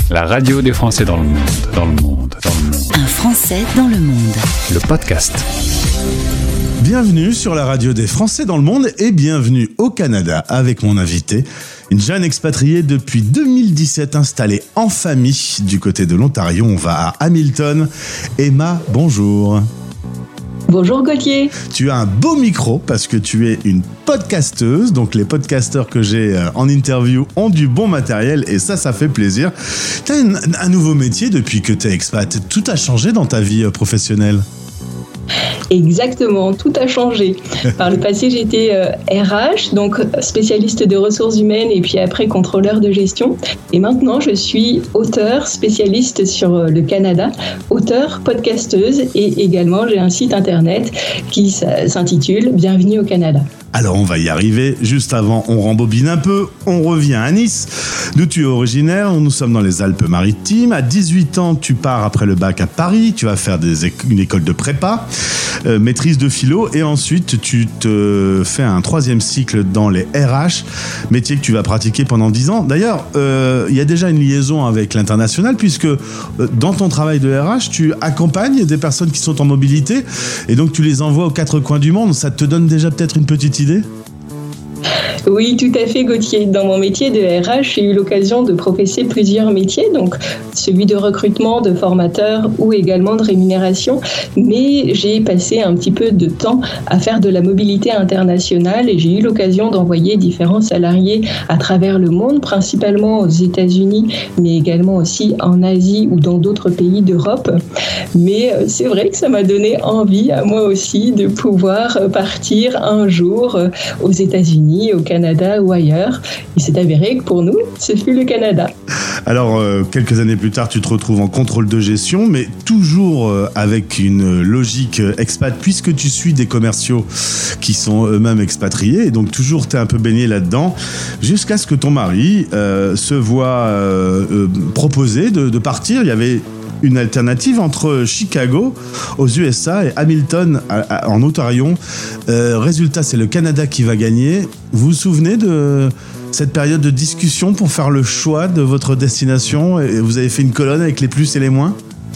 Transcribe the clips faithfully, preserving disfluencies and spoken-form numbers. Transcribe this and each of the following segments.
La radio des Français dans le monde, dans le monde, dans le monde. Un Français dans le monde. Le podcast. Bienvenue sur la radio des Français dans le monde et bienvenue au Canada avec mon invité, une jeune expatriée depuis deux mille dix-sept installée en famille du côté de l'Ontario. On va à Hamilton. Emma, bonjour. Bonjour Gauthier. Tu as un beau micro parce que tu es une podcasteuse, donc les podcasteurs que j'ai en interview ont du bon matériel et ça, ça fait plaisir. Tu as un, un nouveau métier depuis que tu es expat. Tout a changé dans ta vie professionnelle? Exactement, tout a changé. Par le passé, j'étais euh, R H, donc spécialiste de ressources humaines et puis après contrôleur de gestion. Et maintenant, je suis auteure spécialiste sur euh, le Canada, auteure, podcasteuse et également j'ai un site internet qui s'intitule Bienvenue au Canada. Alors on va y arriver. Juste avant, on rembobine un peu. On revient à Nice, d'où tu es originaire. Nous sommes dans les Alpes-Maritimes. À dix-huit ans, tu pars après le bac à Paris. Tu vas faire des éc- une école de prépa, euh, maîtrise de philo. Et ensuite, tu te fais un troisième cycle dans les R H, métier que tu vas pratiquer pendant dix ans. D'ailleurs, euh, il y a déjà une liaison avec l'international puisque euh, dans ton travail de R H, tu accompagnes des personnes qui sont en mobilité. Et donc, tu les envoies aux quatre coins du monde. Ça te donne déjà peut-être une petite idée? Oui, tout à fait, Gauthier. Dans mon métier de R H, j'ai eu l'occasion de professer plusieurs métiers, donc celui de recrutement, de formateur ou également de rémunération. Mais j'ai passé un petit peu de temps à faire de la mobilité internationale et j'ai eu l'occasion d'envoyer différents salariés à travers le monde, principalement aux États-Unis, mais également aussi en Asie ou dans d'autres pays d'Europe. Mais c'est vrai que ça m'a donné envie à moi aussi de pouvoir partir un jour aux États-Unis, au Canada ou ailleurs. Il s'est avéré que pour nous, ce fut le Canada. Alors, euh, quelques années plus tard, tu te retrouves en contrôle de gestion, mais toujours euh, avec une logique expat, puisque tu suis des commerciaux qui sont eux-mêmes expatriés, et donc toujours tu es un peu baigné là-dedans, jusqu'à ce que ton mari euh, se voit euh, euh, proposer de, de partir. Il y avait une alternative entre Chicago aux U S A et Hamilton à, à, en Ontario. Euh, résultat, c'est le Canada qui va gagner. Vous vous souvenez de cette période de discussion pour faire le choix de votre destination et vous avez fait une colonne avec les plus et les moins?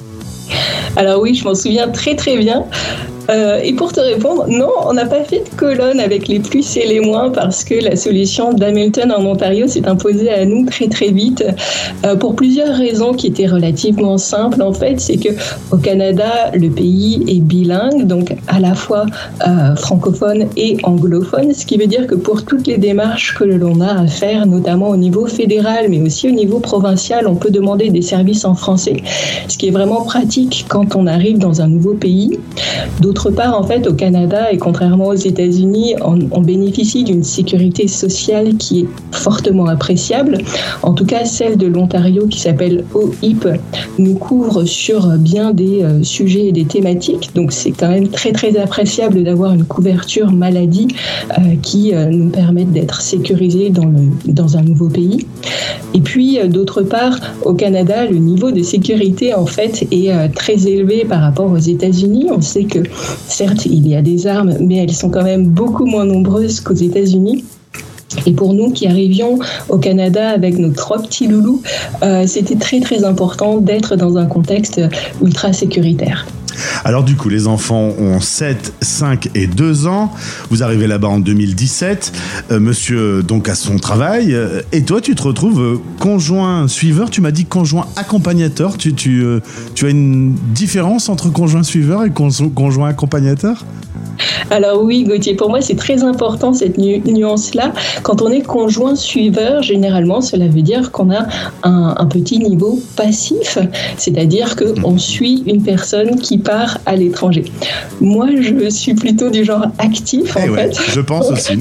Alors oui, je m'en souviens très très bien. Euh, et pour te répondre, non, on n'a pas fait de colonne avec les plus et les moins parce que la solution d'Hamilton en Ontario s'est imposée à nous très très vite euh, pour plusieurs raisons qui étaient relativement simples. En fait, c'est que au Canada, le pays est bilingue, donc à la fois euh, francophone et anglophone, ce qui veut dire que pour toutes les démarches que l'on a à faire, notamment au niveau fédéral, mais aussi au niveau provincial, on peut demander des services en français, ce qui est vraiment pratique quand on arrive dans un nouveau pays. D'autre part, en fait, au Canada, et contrairement aux États-Unis, on, on bénéficie d'une sécurité sociale qui est fortement appréciable. En tout cas, celle de l'Ontario, qui s'appelle O I P, nous couvre sur bien des euh, sujets et des thématiques. Donc, c'est quand même très, très appréciable d'avoir une couverture maladie euh, qui euh, nous permette d'être sécurisés dans, le, dans un nouveau pays. Et puis, euh, d'autre part, au Canada, le niveau de sécurité, en fait, est euh, très élevé par rapport aux États-Unis. On sait que certes, il y a des armes, mais elles sont quand même beaucoup moins nombreuses qu'aux États-Unis. Et pour nous qui arrivions au Canada avec nos trois petits loulous, euh, c'était très très important d'être dans un contexte ultra sécuritaire. Alors du coup, les enfants ont sept, cinq et deux ans. Vous arrivez là-bas en deux mille dix-sept. Euh, monsieur donc a son travail. Euh, et toi, tu te retrouves euh, conjoint suiveur. Tu m'as dit conjoint accompagnateur. Tu, tu, euh, tu as une différence entre conjoint suiveur et con- conjoint accompagnateur ? Alors oui, Gauthier, pour moi, c'est très important cette nu- nuance-là. Quand on est conjoint suiveur, généralement, cela veut dire qu'on a un, un petit niveau passif, c'est-à-dire qu'on suit une personne qui part à l'étranger. Moi, je suis plutôt du genre actif, en eh ouais, fait. Je pense aussi.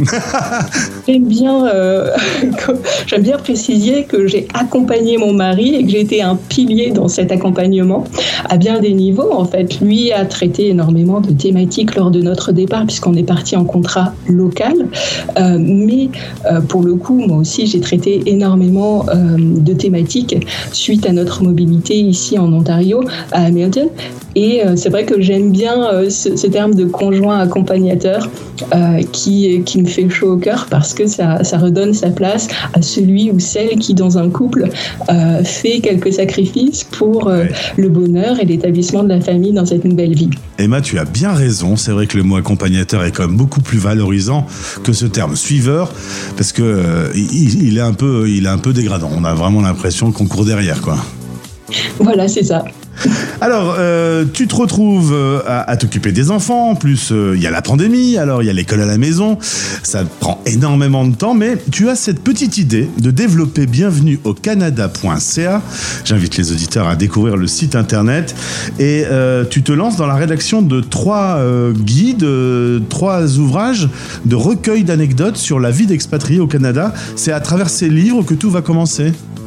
J'aime bien, euh, j'aime bien préciser que j'ai accompagné mon mari et que j'ai été un pilier dans cet accompagnement à bien des niveaux. En fait, lui a traité énormément de thématiques lors de notre notre départ puisqu'on est parti en contrat local. Euh, mais euh, pour le coup, moi aussi, j'ai traité énormément euh, de thématiques suite à notre mobilité ici en Ontario, à Hamilton. Et euh, c'est vrai que j'aime bien euh, ce, ce terme de conjoint accompagnateur euh, qui, qui me fait chaud au cœur parce que ça, ça redonne sa place à celui ou celle qui, dans un couple, euh, fait quelques sacrifices pour euh, ouais. le bonheur et l'établissement de la famille dans cette nouvelle vie. Emma, tu as bien raison. C'est vrai que le mot accompagnateur est quand même beaucoup plus valorisant que ce terme suiveur parce que euh, il, il est un peu, il est un peu dégradant. On a vraiment l'impression qu'on court derrière, quoi. Voilà, c'est ça. Alors, euh, tu te retrouves à, à t'occuper des enfants. En plus, il euh, y a la pandémie, alors il y a l'école à la maison. Ça te prend énormément de temps, mais tu as cette petite idée de développer bienvenue au canada point c a. J'invite les auditeurs à découvrir le site internet. Et euh, tu te lances dans la rédaction de trois euh, guides, euh, trois ouvrages de recueil d'anecdotes sur la vie d'expatriés au Canada. C'est à travers ces livres que tout va commencer.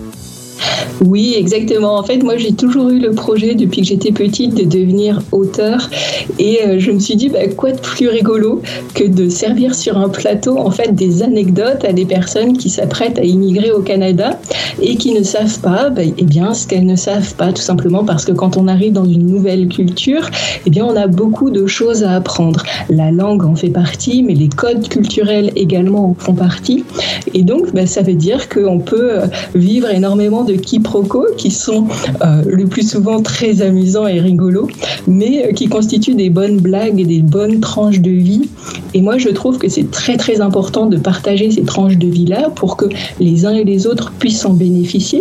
Oui, exactement. En fait, moi, j'ai toujours eu le projet, depuis que j'étais petite, de devenir auteur. Et euh, je me suis dit, bah, quoi de plus rigolo que de servir sur un plateau, en fait, des anecdotes à des personnes qui s'apprêtent à immigrer au Canada et qui ne savent pas, bah, eh bien, ce qu'elles ne savent pas, tout simplement parce que quand on arrive dans une nouvelle culture, eh bien, on a beaucoup de choses à apprendre. La langue en fait partie, mais les codes culturels également en font partie. Et donc, bah, ça veut dire qu'on peut vivre énormément de quiproquos qui sont euh, le plus souvent très amusants et rigolos, mais euh, qui constituent des bonnes blagues et des bonnes tranches de vie. Et moi, je trouve que c'est très très important de partager ces tranches de vie-là pour que les uns et les autres puissent en bénéficier.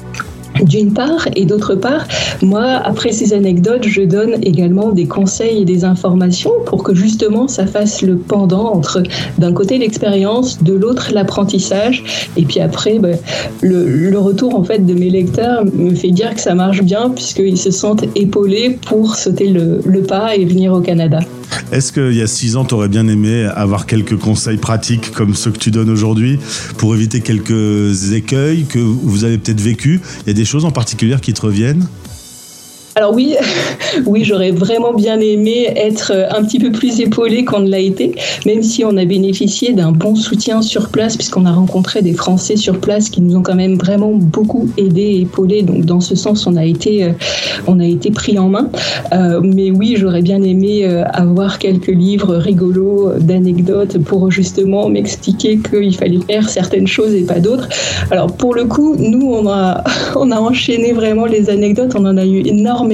D'une part, et d'autre part, moi, après ces anecdotes, je donne également des conseils et des informations pour que justement ça fasse le pendant entre d'un côté l'expérience, de l'autre l'apprentissage, et puis après, ben, le, le retour en fait de mes lecteurs me fait dire que ça marche bien puisqu'ils se sentent épaulés pour sauter le, le pas et venir au Canada. Est-ce qu'il y a six ans, tu aurais bien aimé avoir quelques conseils pratiques comme ceux que tu donnes aujourd'hui pour éviter quelques écueils que vous avez peut-être vécus ? Il y a des choses en particulier qui te reviennent ? Alors oui, oui, j'aurais vraiment bien aimé être un petit peu plus épaulée qu'on ne l'a été, même si on a bénéficié d'un bon soutien sur place, puisqu'on a rencontré des Français sur place qui nous ont quand même vraiment beaucoup aidés et épaulés. Donc dans ce sens, on a été, on a été pris en main. Euh, mais oui, j'aurais bien aimé avoir quelques livres rigolos d'anecdotes pour justement m'expliquer qu'il fallait faire certaines choses et pas d'autres. Alors pour le coup, nous, on a, on a enchaîné vraiment les anecdotes. On en a eu énormément.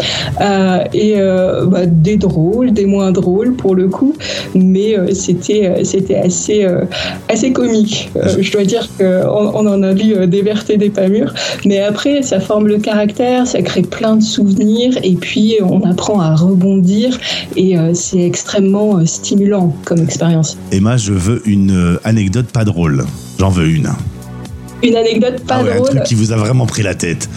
Euh, et euh, bah, des drôles, des moins drôles pour le coup, mais euh, c'était, c'était assez, euh, assez comique. Euh, je dois dire qu'on on en a vu euh, des vertes et des pas mûres, mais après ça forme le caractère, ça crée plein de souvenirs et puis on apprend à rebondir et euh, c'est extrêmement euh, stimulant comme expérience. Emma, je veux une euh, anecdote pas drôle. J'en veux une. Une anecdote pas ah ouais, drôle. Un truc qui vous a vraiment pris la tête.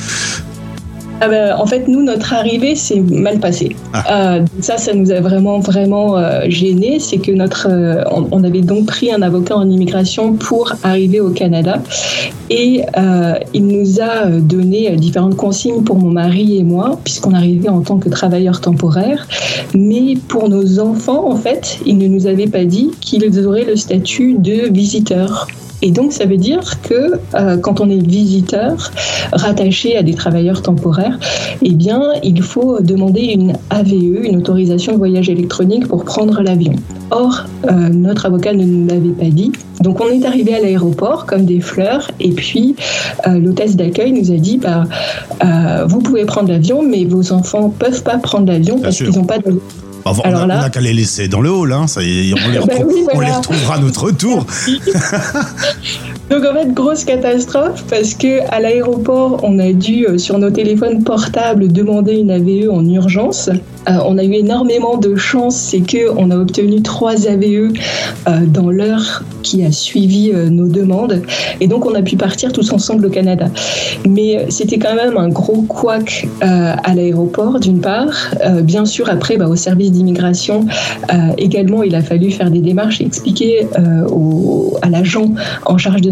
Ah ben, en fait, nous, notre arrivée s'est mal passée. Ah. Euh, ça, ça nous a vraiment, vraiment euh, gênés. C'est que notre, euh, on, on avait donc pris un avocat en immigration pour arriver au Canada. Et euh, il nous a donné différentes consignes pour mon mari et moi, puisqu'on arrivait en tant que travailleurs temporaires. Mais pour nos enfants, en fait, il ne nous avait pas dit qu'ils auraient le statut de visiteurs. Et donc, ça veut dire que euh, quand on est visiteur, rattaché à des travailleurs temporaires, eh bien, il faut demander une A V E, une autorisation de voyage électronique pour prendre l'avion. Or, euh, notre avocat ne nous l'avait pas dit. Donc, on est arrivé à l'aéroport comme des fleurs. Et puis, euh, l'hôtesse d'accueil nous a dit, bah, euh, vous pouvez prendre l'avion, mais vos enfants ne peuvent pas prendre l'avion Bien parce sûr. qu'ils n'ont pas de... Enfin, on n'a qu'à les laisser dans le hall, hein. Ça y est, on, les retrouve, bah oui, voilà. on les retrouvera à notre retour. Donc en fait, grosse catastrophe parce qu'à l'aéroport, on a dû, sur nos téléphones portables, demander une A V E en urgence. Euh, on a eu énormément de chance, c'est qu'on a obtenu trois A V E euh, dans l'heure qui a suivi euh, nos demandes. Et donc, on a pu partir tous ensemble au Canada. Mais euh, c'était quand même un gros couac euh, à l'aéroport, d'une part. Euh, bien sûr, après, bah, au service d'immigration, euh, également, il a fallu faire des démarches et expliquer euh, au, à l'agent en charge de notre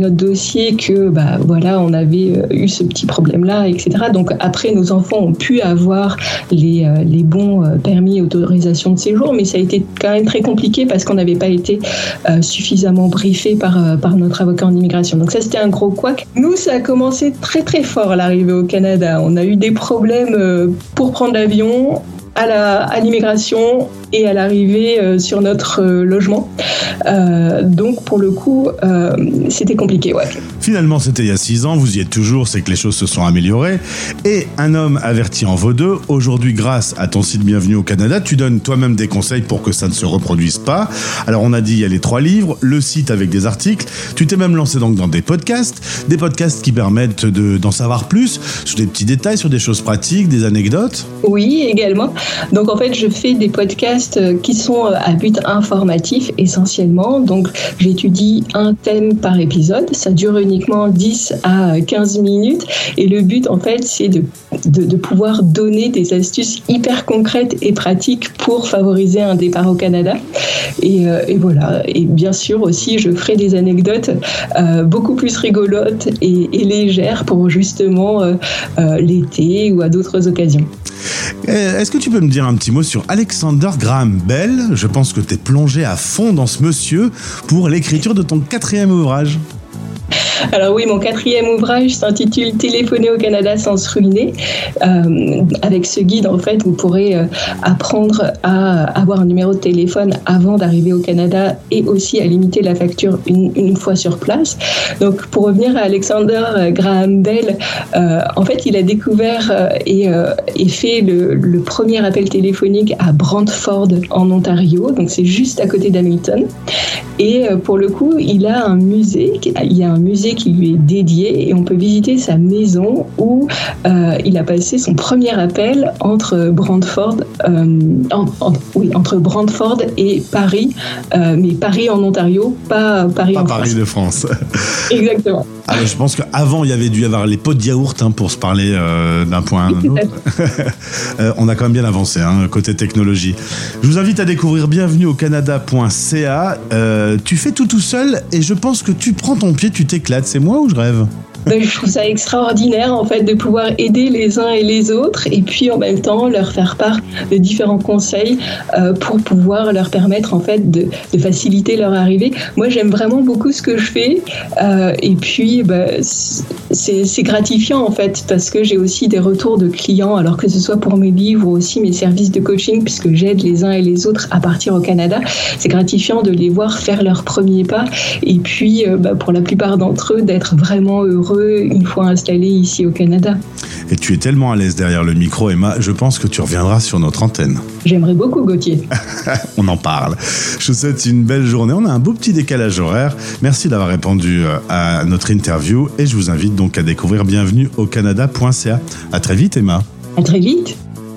notre dossier que bah, voilà, on avait eu ce petit problème-là, et cetera. Donc après, nos enfants ont pu avoir les, les bons permis et autorisations de séjour, mais ça a été quand même très compliqué parce qu'on n'avait pas été euh, suffisamment briefé par, par notre avocat en immigration. Donc ça, c'était un gros couac. Nous, ça a commencé très très fort à l'arrivée au Canada. On a eu des problèmes euh, pour prendre l'avion, à, la, à l'immigration et à l'arrivée euh, sur notre euh, logement. Euh, donc pour le coup, euh, c'était compliqué. Ouais. Finalement, c'était il y a six ans, vous y êtes toujours, c'est que les choses se sont améliorées. Et un homme averti en vaut deux. Aujourd'hui, grâce à ton site Bienvenue au Canada, tu donnes toi-même des conseils pour que ça ne se reproduise pas. Alors on a dit, il y a les trois livres, le site avec des articles. Tu t'es même lancé donc dans des podcasts, des podcasts qui permettent de, d'en savoir plus sur des petits détails, sur des choses pratiques, des anecdotes. Oui, également. Donc en fait, je fais des podcasts qui sont à but informatif essentiellement. Donc j'étudie un thème par épisode. Ça dure uniquement dix à quinze minutes. Et le but, en fait, c'est de, de, de pouvoir donner des astuces hyper concrètes et pratiques pour favoriser un départ au Canada. Et, euh, et voilà. Et bien sûr aussi, je ferai des anecdotes euh, beaucoup plus rigolotes et, et légères pour justement euh, euh, l'été ou à d'autres occasions. Est-ce que tu peux me dire un petit mot sur Alexander Graham Bell ? Je pense que tu es plongé à fond dans ce monsieur pour l'écriture de ton quatrième ouvrage. Alors oui, mon quatrième ouvrage s'intitule « Téléphoner au Canada sans se ruiner ». Euh, avec ce guide, en fait, vous pourrez euh, apprendre à avoir un numéro de téléphone avant d'arriver au Canada et aussi à limiter la facture une, une fois sur place. Donc, pour revenir à Alexander Graham Bell, euh, en fait, il a découvert euh, et, euh, et fait le, le premier appel téléphonique à Brantford, en Ontario. Donc, c'est juste à côté d'Hamilton. Et euh, pour le coup, il a un musée, il y a un musée qui lui est dédié et on peut visiter sa maison où euh, il a passé son premier appel entre Brantford, euh, en, en, oui, entre Brantford et Paris, euh, mais Paris en Ontario, pas Paris pas en Paris France. de France. Exactement. Alors, je pense qu'avant, il y avait dû y avoir les pots de yaourt hein, pour se parler euh, d'un point à un autre. euh, on a quand même bien avancé, hein, côté technologie. Je vous invite à découvrir bienvenue au canada point c a. Euh, tu fais tout tout seul et je pense que tu prends ton pied, tu t'éclates. C'est moi ou je rêve ? Ben, je trouve ça extraordinaire en fait de pouvoir aider les uns et les autres et puis en même temps leur faire part de différents conseils euh, pour pouvoir leur permettre en fait de, de faciliter leur arrivée. Moi j'aime vraiment beaucoup ce que je fais euh, et puis ben, c'est, c'est gratifiant en fait parce que j'ai aussi des retours de clients alors que ce soit pour mes livres ou aussi mes services de coaching puisque j'aide les uns et les autres à partir au Canada. C'est gratifiant de les voir faire leur premier pas et puis euh, ben, pour la plupart d'entre eux d'être vraiment heureux une fois installé ici au Canada. Et tu es tellement à l'aise derrière le micro, Emma, je pense que tu reviendras sur notre antenne. J'aimerais beaucoup, Gauthier. On en parle. Je vous souhaite une belle journée. On a un beau petit décalage horaire. Merci d'avoir répondu à notre interview et je vous invite donc à découvrir bienvenue au canada point c a. À très vite, Emma. À très vite.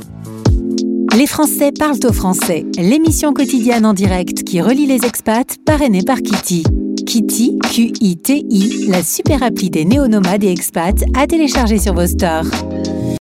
Les Français parlent au français, l'émission quotidienne en direct qui relie les expats, parrainée par Kitty. Kitty, Q I T I, la super appli des néo-nomades et expats à télécharger sur vos stores.